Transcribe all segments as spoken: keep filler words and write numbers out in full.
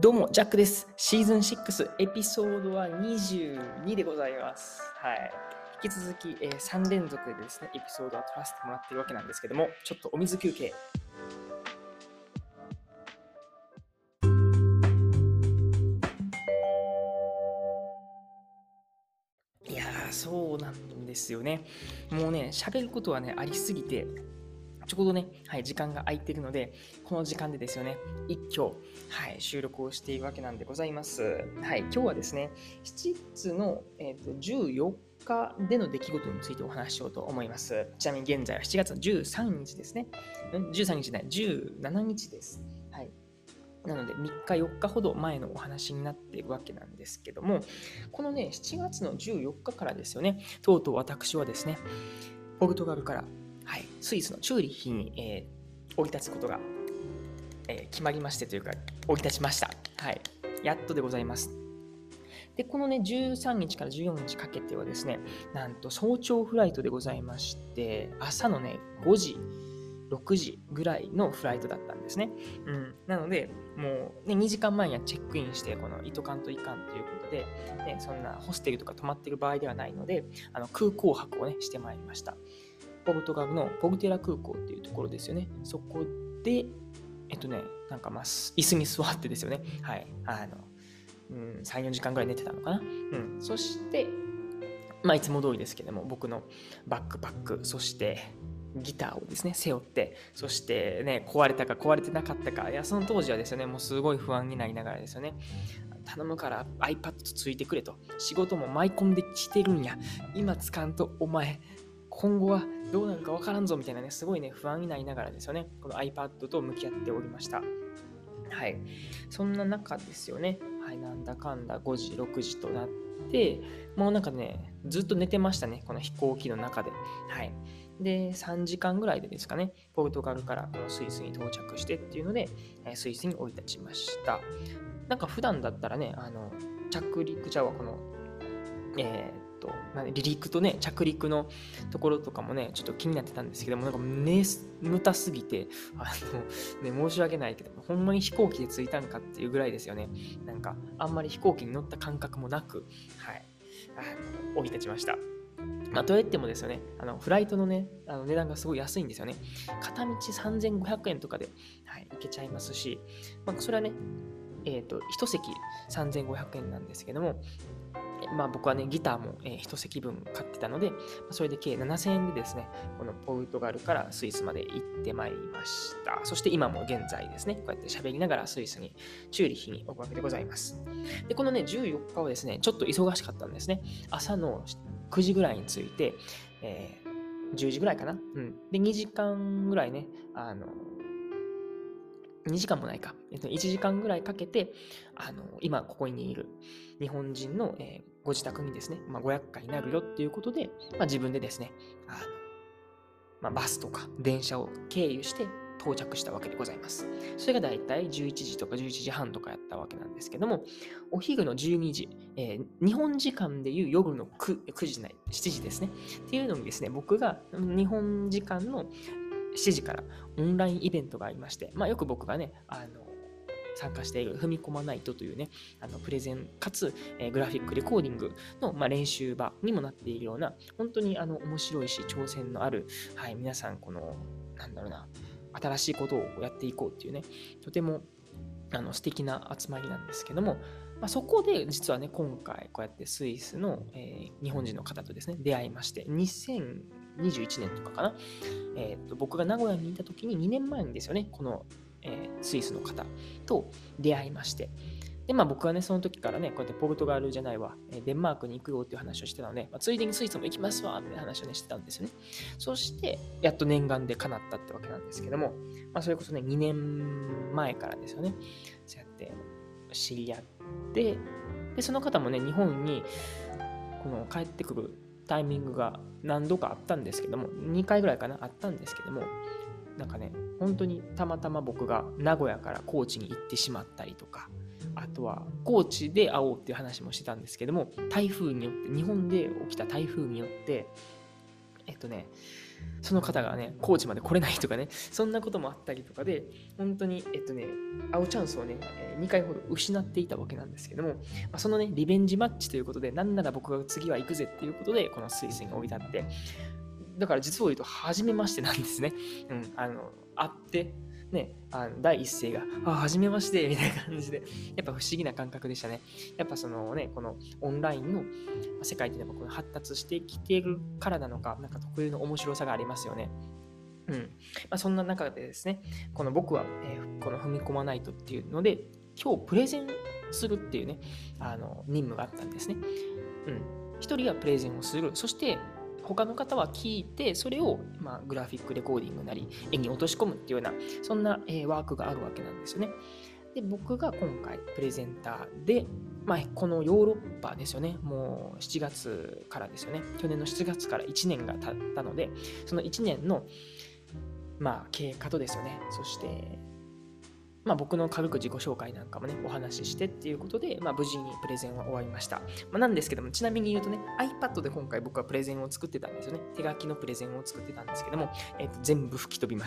どうも、ジャックです。シーズンシックス、エピソードはにじゅうにでございます。はい。引き続き、えー、さん連続でですね、エピソードは撮らせてもらっているわけなんですけども、ちょっとお水休憩。いやー、そうなんですよね。もうね、喋ることはね、ありすぎて、ちょうどね、はい、時間が空いているので、この時間でですよね、一挙、はい、収録をしているわけなんでございます。はい、今日はですね、しちがつの、えー、とじゅうよっかでの出来事についてお話ししようと思います。ちなみに現在はしちがつのじゅうさんにちですね。んじゅうさんにちじゃない、じゅうしちにちです。はい。なのでみっかよっかほど前のお話になっているわけなんですけども、このね、しちがつのじゅうよっかからですよね、とうとう私はですね、ポルトガルから、はい、スイスのチューリッヒに、えー、降り立つことが、えー、決まりましてというか、降り立ちました。はい、やっとでございます。で、このね、じゅうさんにちからじゅうよっかかけてはですね、なんと早朝フライトでございまして、朝のね、ごじ、ろくじぐらいのフライトだったんですね。うん、なので、もう、ね、にじかんまえにはチェックインして、このいとかんといかんということで、ね、そんなホステルとか泊まってる場合ではないので、あの空港泊をね、してまいりました。ポルトガルのポルテラ空港っていうところですよね。そこで、えっとね、なんかまあ、椅子に座ってですよね。はい。あの、うん、さん、よじかんぐらい寝てたのかな。うん。そして、まあ、いつも通りですけども、僕のバックパック、そしてギターをですね、背負って、そしてね、壊れたか壊れてなかったか、いや、その当時はですよね、もうすごい不安になりながらですよね、頼むから iPad とついてくれと、仕事も舞い込んできてるんや、今つかんとお前、今後はどうなるかわからんぞみたいなね、すごいね、不安になりながらですよね、この iPad と向き合っておりました。はい。そんな中ですよね。はい。なんだかんだごじ、ろくじとなって、もうなんかね、ずっと寝てましたね。この飛行機の中で。はい。で、さんじかんぐらいでですかね、ポルトガルからこのスイスに到着してっていうので、スイスに降り立ちました。なんか普段だったらね、あの、着陸者はこの、えーと離陸とね、着陸のところとかもね、ちょっと気になってたんですけども、なんか眠たすぎて、あの、ね、申し訳ないけど、ほんまに飛行機で着いたんかっていうぐらいですよね。なんか、あんまり飛行機に乗った感覚もなく、はい、あの降り立ちました。まあ、とはいってもですよね、あのフライトのね、あの値段がすごい安いんですよね。片道さんぜんごひゃくえんとかで、はい、行けちゃいますし、まあ、それはね、えっと、一席さんぜんごひゃくえんなんですけども、まあ、僕はね、ギターも、えー、一席分買ってたので、それで計ななせんえんでですね、このポルトガルからスイスまで行ってまいりました。そして今も現在ですね、こうやって喋りながらスイスに、チューリッヒに置くわけでございます。で、このね、じゅうよっかはですね、ちょっと忙しかったんですね。朝のくじぐらいに着いて、えー、じゅうじぐらいかな。うん。で、にじかんぐらいね、あの、にじかんもないか。えっと、いちじかんぐらいかけて、あの、今ここにいる日本人の、えーご自宅にですね、まあ、ご厄介になるよっていうことで、まあ、自分でですね、あの、まあ、バスとか電車を経由して到着したわけでございます。それがだいたいじゅういちじとかじゅういちじはんとかやったわけなんですけども、お昼のじゅうにじ、えー日本時間でいう夜の 9, 9時ない、しちじですね。っていうのにですね、僕が日本時間のしちじからオンラインイベントがありまして、まあ、よく僕がね、あの、参加している踏み込まないとというね、あのプレゼンかつ、えーグラフィックレコーディングの、まあ、練習場にもなっているような、本当にあの面白いし挑戦のある、はい、皆さんこの、なんだろうな、新しいことをやっていこうっていうね、とてもあの素敵な集まりなんですけども、まあ、そこで実はね、今回こうやってスイスの、えー日本人の方とですね、出会いまして、にせんにじゅういちねんとかかな、えーと僕が名古屋にいた時ににねんまえにですよね、この、えースイスの方と出会いまして、で、まあ僕はね、その時からね、こうやってポルトガルじゃないわ、デンマークに行くよっていう話をしてたので、まあ、ついでにスイスも行きますわ、みたいな話をね、してたんですよね。そして、やっと念願で叶ったってわけなんですけども、まあそれこそね、にねんまえからですよね。そうやって知り合って、で、その方もね、日本にこの帰ってくるタイミングが何度かあったんですけども、にかいぐらいかな、あったんですけども、なんかね、本当にたまたま僕が名古屋から高知に行ってしまったりとか、あとは高知で会おうっていう話もしてたんですけども、台風によって、日本で起きた台風によって、えっとね、 その方がね、高知まで来れないとかね、そんなこともあったりとかで、本当に、えっとね、会うチャンスをね、にかいほど失っていたわけなんですけども、まあ、そのね、リベンジマッチということで、なんなら僕が次は行くぜっていうことで、このスイスに降り立って、だから実を言うと、初めましてなんですね。うん、あの、会って、ね、あの第一声が、あ、初めまして、みたいな感じで、やっぱ不思議な感覚でしたね。やっぱそのね、このオンラインの世界っていうのがこの発達してきているからなのか、なんか特有の面白さがありますよね。うん。まあ、そんな中でですね、この僕は、えーこの踏み込まないとっていうので、今日プレゼンするっていうね、あの、任務があったんですね。うん。一人はプレゼンをする。そして、他の方は聞いて、それを、まあ、グラフィックレコーディングなり、絵に落とし込むっていうような、そんな、えーワークがあるわけなんですよね。で、僕が今回プレゼンターで、まあ、このヨーロッパですよね。もうしちがつからですよね。去年のしちがつからいちねんが経ったので、そのいちねんの、まあ、経過とですよね。そして、まあ、僕の軽く自己紹介なんかもね、お話ししてっていうことで、まあ、無事にプレゼンは終わりました。まあ、なんですけども、ちなみに言うとね、iPad で今回僕はプレゼンを作ってたんですよね。手書きのプレゼンを作ってたんですけども、えーと全部吹き飛びました。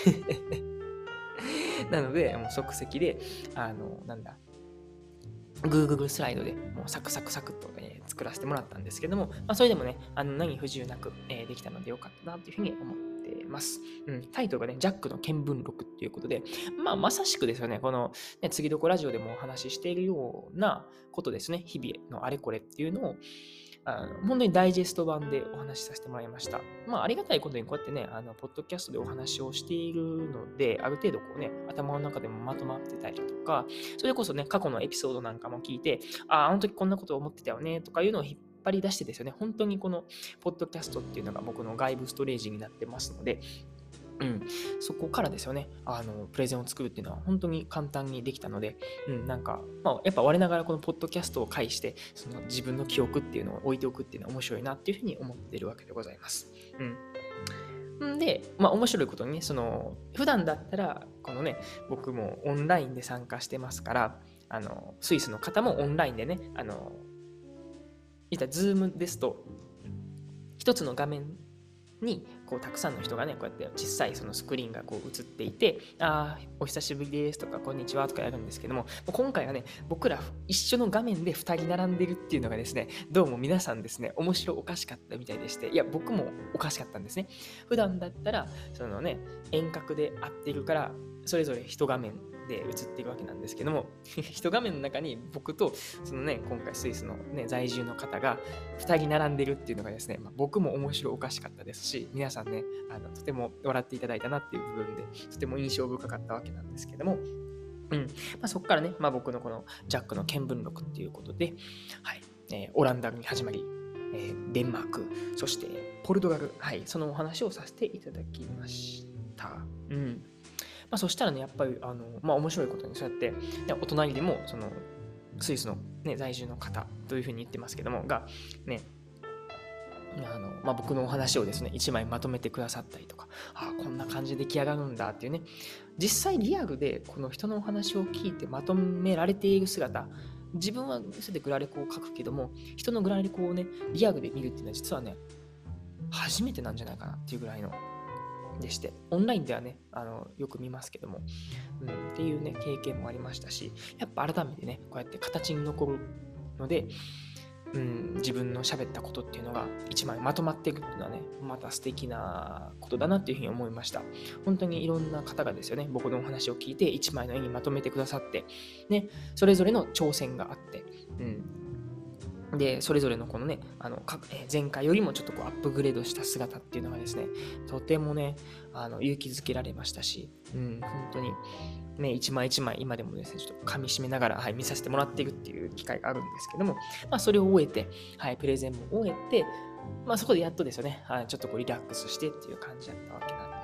なので、もう即席で、あの、なんだ、Google スライドでもうサクサクサクっと、えー作らせてもらったんですけども、まあ、それでもね、あの何不自由なく、えーできたのでよかったなというふうに思ってます。うん、タイトルがね、ジャックの見聞録っていうことで、まあ、まさしくですよね、この、ね、次どこラジオでもお話ししているようなことですね、日々のあれこれっていうのを、あの本当にダイジェスト版でお話しさせてもらいました。まあ、ありがたいことにこうやってね、あの、ポッドキャストでお話をしているので、ある程度こうね、頭の中でもまとまってたりとか、それこそね、過去のエピソードなんかも聞いて、ああ、あの時こんなことを思ってたよね、とかいうのを引っ張り出してですよね、本当にこの、ポッドキャストっていうのが僕の外部ストレージになってますので、うん、そこからですよね、あの、プレゼンを作るっていうのは本当に簡単にできたので、うん、なんか、まあ、やっぱ我ながらこのポッドキャストを介して、その自分の記憶っていうのを置いておくっていうのは面白いなっていうふうに思っているわけでございます。うん。んで、まあ面白いことにね、その、普段だったら、このね、僕もオンラインで参加してますから、あの、スイスの方もオンラインでね、あの、いったズームですと、一つの画面にこうたくさんの人がね、こうやって小さいそのスクリーンがこう映っていて、ああ、お久しぶりですとか、こんにちはとかやるんですけども、今回はね、僕ら一緒の画面でふたり並んでるっていうのがですね、どうも皆さんですね、面白おかしかったみたいでして、いや、僕もおかしかったんですね。普段だったら、そのね、遠隔で会ってるから、それぞれ一画面で映っているわけなんですけども、一画面の中に僕とそのね、今回スイスの、ね、在住の方がふたり並んでるっていうのがですね、まあ、僕も面白おかしかったですし、皆さんね、あのとても笑っていただいたなっていう部分で、とても印象深かったわけなんですけども、うんまあ、そこからね、まあ、僕のこのジャックの見聞録っていうことで、はいえーオランダに始まり、えーデンマーク、そしてポルトガル、はい、そのお話をさせていただきました。うんまあ、そしたらね、やっぱり、あの、まあ、面白いことに、そうやって、ね、お隣でも、その、スイスの、ね、在住の方というふうに言ってますけども、が、ね、あのまあ、僕のお話をですね、一枚まとめてくださったりとか、ああ、こんな感じで出来上がるんだっていうね、実際リアルでこの人のお話を聞いてまとめられている姿、自分はそれでグラレコを書くけども、人のグラレコをね、リアルで見るっていうのは実はね、初めてなんじゃないかなっていうぐらいのでして、オンラインではね、あのよく見ますけども、うん、っていうね、経験もありましたし、やっぱ改めてね、こうやって形に残るので、うん、自分の喋ったことっていうのが一枚まとまっていくっていうのはね、また素敵なことだなっていうふうに思いました。本当にいろんな方がですよね、僕のお話を聞いて一枚の絵にまとめてくださって、ね、それぞれの挑戦があって、うん、で、それぞれのこのね、あのかえー前回よりもちょっとこうアップグレードした姿っていうのがですね、とてもね、あの勇気づけられましたし、うん、本当にね、一枚一枚今でもですね、ちょっと噛み締めながら、はい、見させてもらっているっていう機会があるんですけども、まあ、それを終えて、はい、プレゼンも終えて、まあ、そこでやっとですよね、はい、ちょっとこうリラックスしてっていう感じだったわけなんで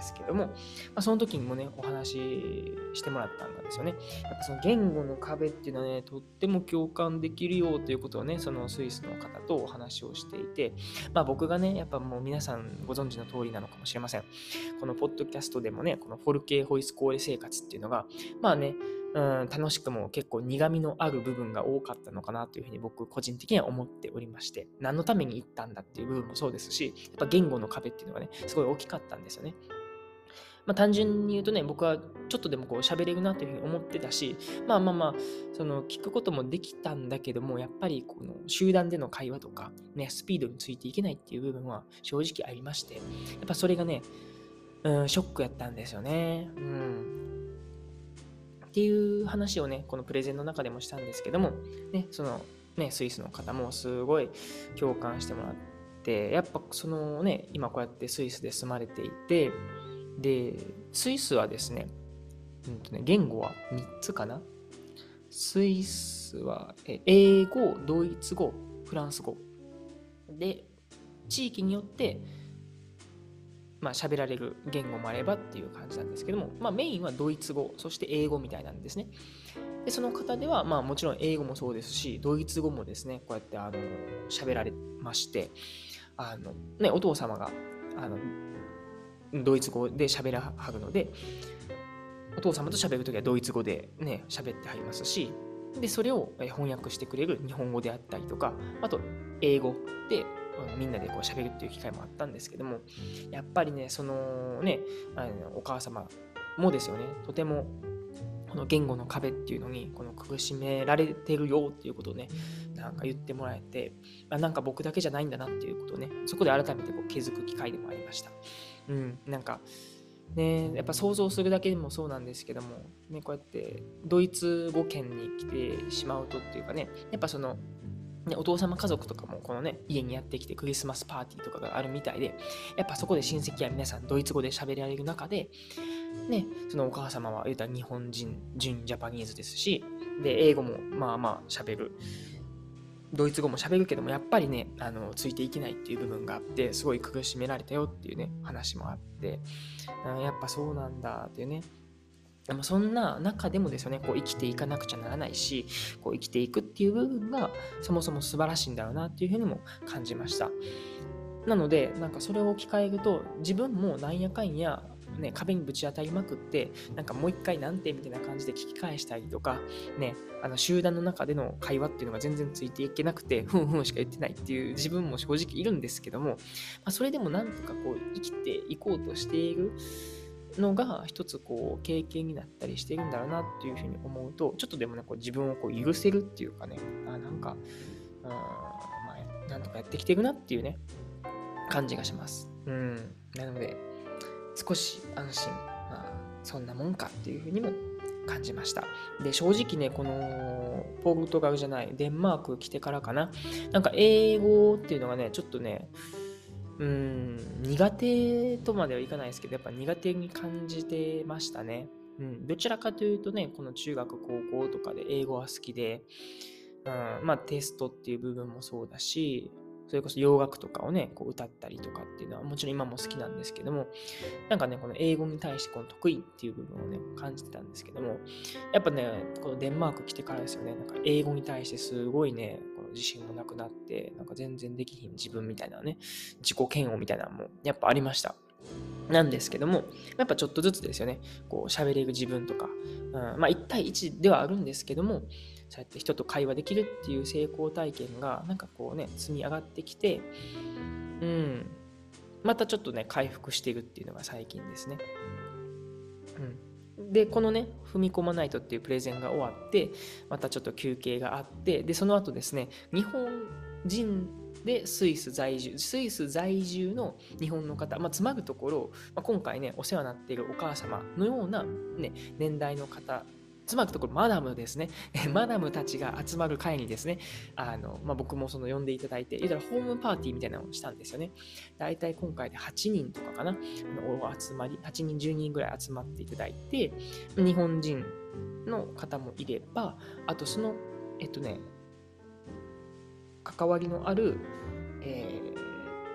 ですけども、まあ、その時にもね、お話ししてもらったんですよね。やっぱその言語の壁っていうのはね、とっても共感できるよということをね、そのスイスの方とお話をしていて、まあ僕がね、やっぱもう皆さんご存知の通りなのかもしれません。このポッドキャストでもね、このフォルケーホイスコーレ生活っていうのが、まあね、うん、楽しくも結構苦味のある部分が多かったのかなというふうに僕個人的には思っておりまして、何のために行ったんだっていう部分もそうですし、やっぱ言語の壁っていうのがね、すごい大きかったんですよね。まあ、単純に言うとね、僕はちょっとでもこう喋れるなというふうに思ってたし、まあまあまあ、その聞くこともできたんだけども、やっぱりこの集団での会話とか、ね、スピードについていけないっていう部分は正直ありまして、やっぱそれがね、うん、ショックやったんですよね。うん。っていう話をね、このプレゼンの中でもしたんですけども、ね、そのね、スイスの方もすごい共感してもらって、やっぱそのね、今こうやってスイスで住まれていて、で、スイスはですね、うんとね、言語はみっつかな。スイスはえ英語、ドイツ語、フランス語。で、地域によって、まあ、喋られる言語もあればっていう感じなんですけども、まあ、メインはドイツ語、そして英語みたいなんですね。で、その方では、まあ、もちろん英語もそうですし、ドイツ語もですね、こうやってあの喋られまして、あの、ね、お父様があのドイツ語で喋らはるので、お父様と喋るときはドイツ語でね、喋ってはりますし、で、それを翻訳してくれる日本語であったりとか、あと、英語でみんなでこう喋るっていう機会もあったんですけども、やっぱりね、そのね、あのお母様もですよね、とてもこの言語の壁っていうのにこの苦しめられてるよっていうことをね、なんか言ってもらえて、あ、なんか僕だけじゃないんだなっていうことをね、そこで改めてこう気づく機会でもありました。うん、なんかね、やっぱ想像するだけでもそうなんですけども、ね、こうやってドイツ語圏に来てしまうとっていうかね、やっぱその、ね、お父様家族とかもこのね、家にやってきてクリスマスパーティーとかがあるみたいで、やっぱそこで親戚や皆さんドイツ語で喋られる中で、ね、そのお母様は言うたら日本人、純ジャパニーズですし、で、英語もまあまあ喋る。ドイツ語も喋るけども、やっぱりね、あの、ついていけないっていう部分があって、すごい苦しめられたよっていうね、話もあって、やっぱそうなんだっていうね。でもそんな中でもですよね、こう生きていかなくちゃならないし、こう生きていくっていう部分がそもそも素晴らしいんだろうなっていうふうにも感じました。なので、なんかそれを置き換えると、自分もなんやかんや、ね、壁にぶち当たりまくって、なんかもう一回なんてみたいな感じで聞き返したりとか、ね、あの集団の中での会話っていうのが全然ついていけなくて、ふんふんしか言ってないっていう自分も正直いるんですけども、まあ、それでもなんとかこう生きていこうとしているのが一つこう経験になったりしているんだろうなっていうふうに思うと、ちょっとでもね、こう自分をこう許せるっていうかね、あなんか、あまあ、なんとかやってきてるなっていうね、感じがします。うん。なので、少し安心。まあ、そんなもんかっていうふうにも感じました。で、正直ね、この、ポルトガルじゃない、デンマーク来てからかな。なんか英語っていうのがね、ちょっとね、うーん、苦手とまではいかないですけど、やっぱ苦手に感じてましたね。うん、どちらかというとね、この中学、高校とかで英語は好きで、うん、まあテストっていう部分もそうだし、それこそ洋楽とかをね、こう歌ったりとかっていうのはもちろん今も好きなんですけども、なんかね、この英語に対してこの得意っていう部分をね、感じてたんですけども、やっぱね、このデンマーク来てからですよね、なんか英語に対してすごいね、この自信もなくなって、なんか全然できひん自分みたいなね、自己嫌悪みたいなのもやっぱありました。なんですけども、やっぱちょっとずつですよね、こう喋れる自分とか、うん、まあいち対いちではあるんですけども、そうやって人と会話できるっていう成功体験が、なんかこうね、積み上がってきて、うん、またちょっとね、回復しているっていうのが最近ですね。うん。で、このね、踏み込まないとっていうプレゼンが終わって、またちょっと休憩があって、で、その後ですね、日本人でスイス在住、スイス在住の日本の方、まあ、つまるところ、まあ、今回ね、お世話になっているお母様のような、ね、年代の方、つまるところ、マダムですね。マダムたちが集まる会にですね、あの、まあ、僕もその呼んでいただいて、言うたらホームパーティーみたいなのをしたんですよね。だいたい今回ではちにんとかかな、あのお集まり、はちにん、じゅうにんぐらい集まっていただいて、日本人の方もいれば、あとその、えっとね、関わりのある、えー、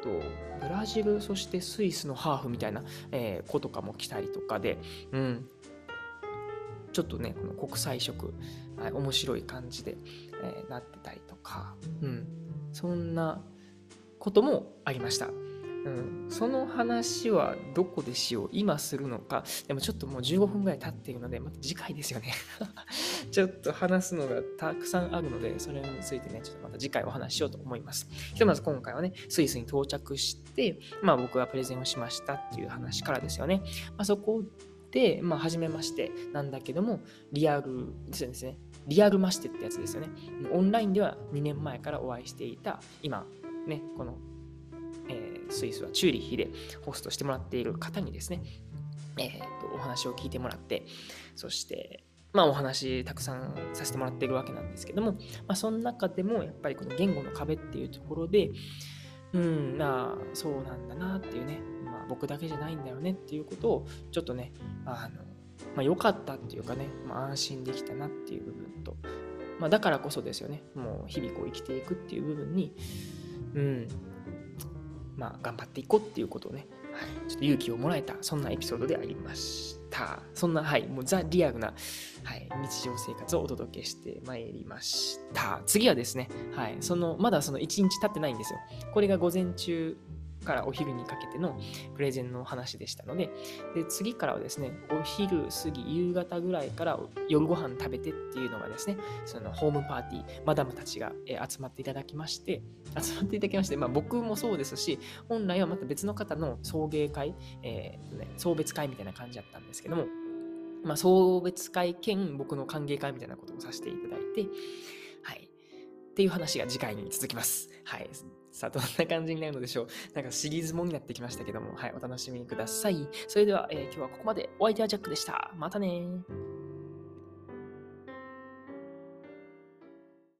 と、ブラジル、そしてスイスのハーフみたいな、えー子とかも来たりとかで、うん、ちょっとね、この国際色、はい、面白い感じで、えーなってたりとか、うん、そんなこともありました。うん、その話はどこでしよう、今するのか。でもちょっともうじゅうごふんぐらい経っているので、また次回ですよね。ちょっと話すのがたくさんあるので、それについてね、ちょっとまた次回お話ししようと思います。ひとまず今回はね、スイスに到着して、まあ僕がプレゼンをしましたっていう話からですよね。まあ、そこで、まあ初めましてなんだけども、リアルですね、リアルましてってやつですよね。オンラインではにねんまえからお会いしていた、今、ね、このえースイスはチューリッヒでホストしてもらっている方にですね、えーとお話を聞いてもらって、そして、まあ、お話たくさんさせてもらっているわけなんですけども、まあ、その中でもやっぱりこの言語の壁っていうところで、うん、まあ、そうなんだなっていうね、まあ、僕だけじゃないんだよねっていうことをちょっとね、あの、まあ、良かったっていうかね、まあ、安心できたなっていう部分と、まあ、だからこそですよね、もう日々こう生きていくっていう部分に、うん、まあ、頑張っていこうっていうことをね、はい、ちょっと勇気をもらえた、そんなエピソードでありました。そんな、はい、もうザ・リアルな、はい、日常生活をお届けしてまいりました。次はですね、はい、その、まだそのいちにち経ってないんですよ。これが午前中からお昼にかけてのプレゼンの話でしたので、で次からはですね、お昼過ぎ、夕方ぐらいから夜ご飯食べてっていうのがですね、そのホームパーティー、マダムたちがえー集まっていただきまして、集まっていただきまして、まあ、僕もそうですし、本来はまた別の方の送迎会、えーとね、送別会みたいな感じだったんですけども、まあ、送別会兼僕の歓迎会みたいなことをさせていただいて、はい。っていう話が次回に続きます。はい。さあ、どんな感じになるのでしょう。なんかシリーズもになってきましたけども、はい。お楽しみください。それでは、えー今日はここまで。お相手はジャックでした。またねー。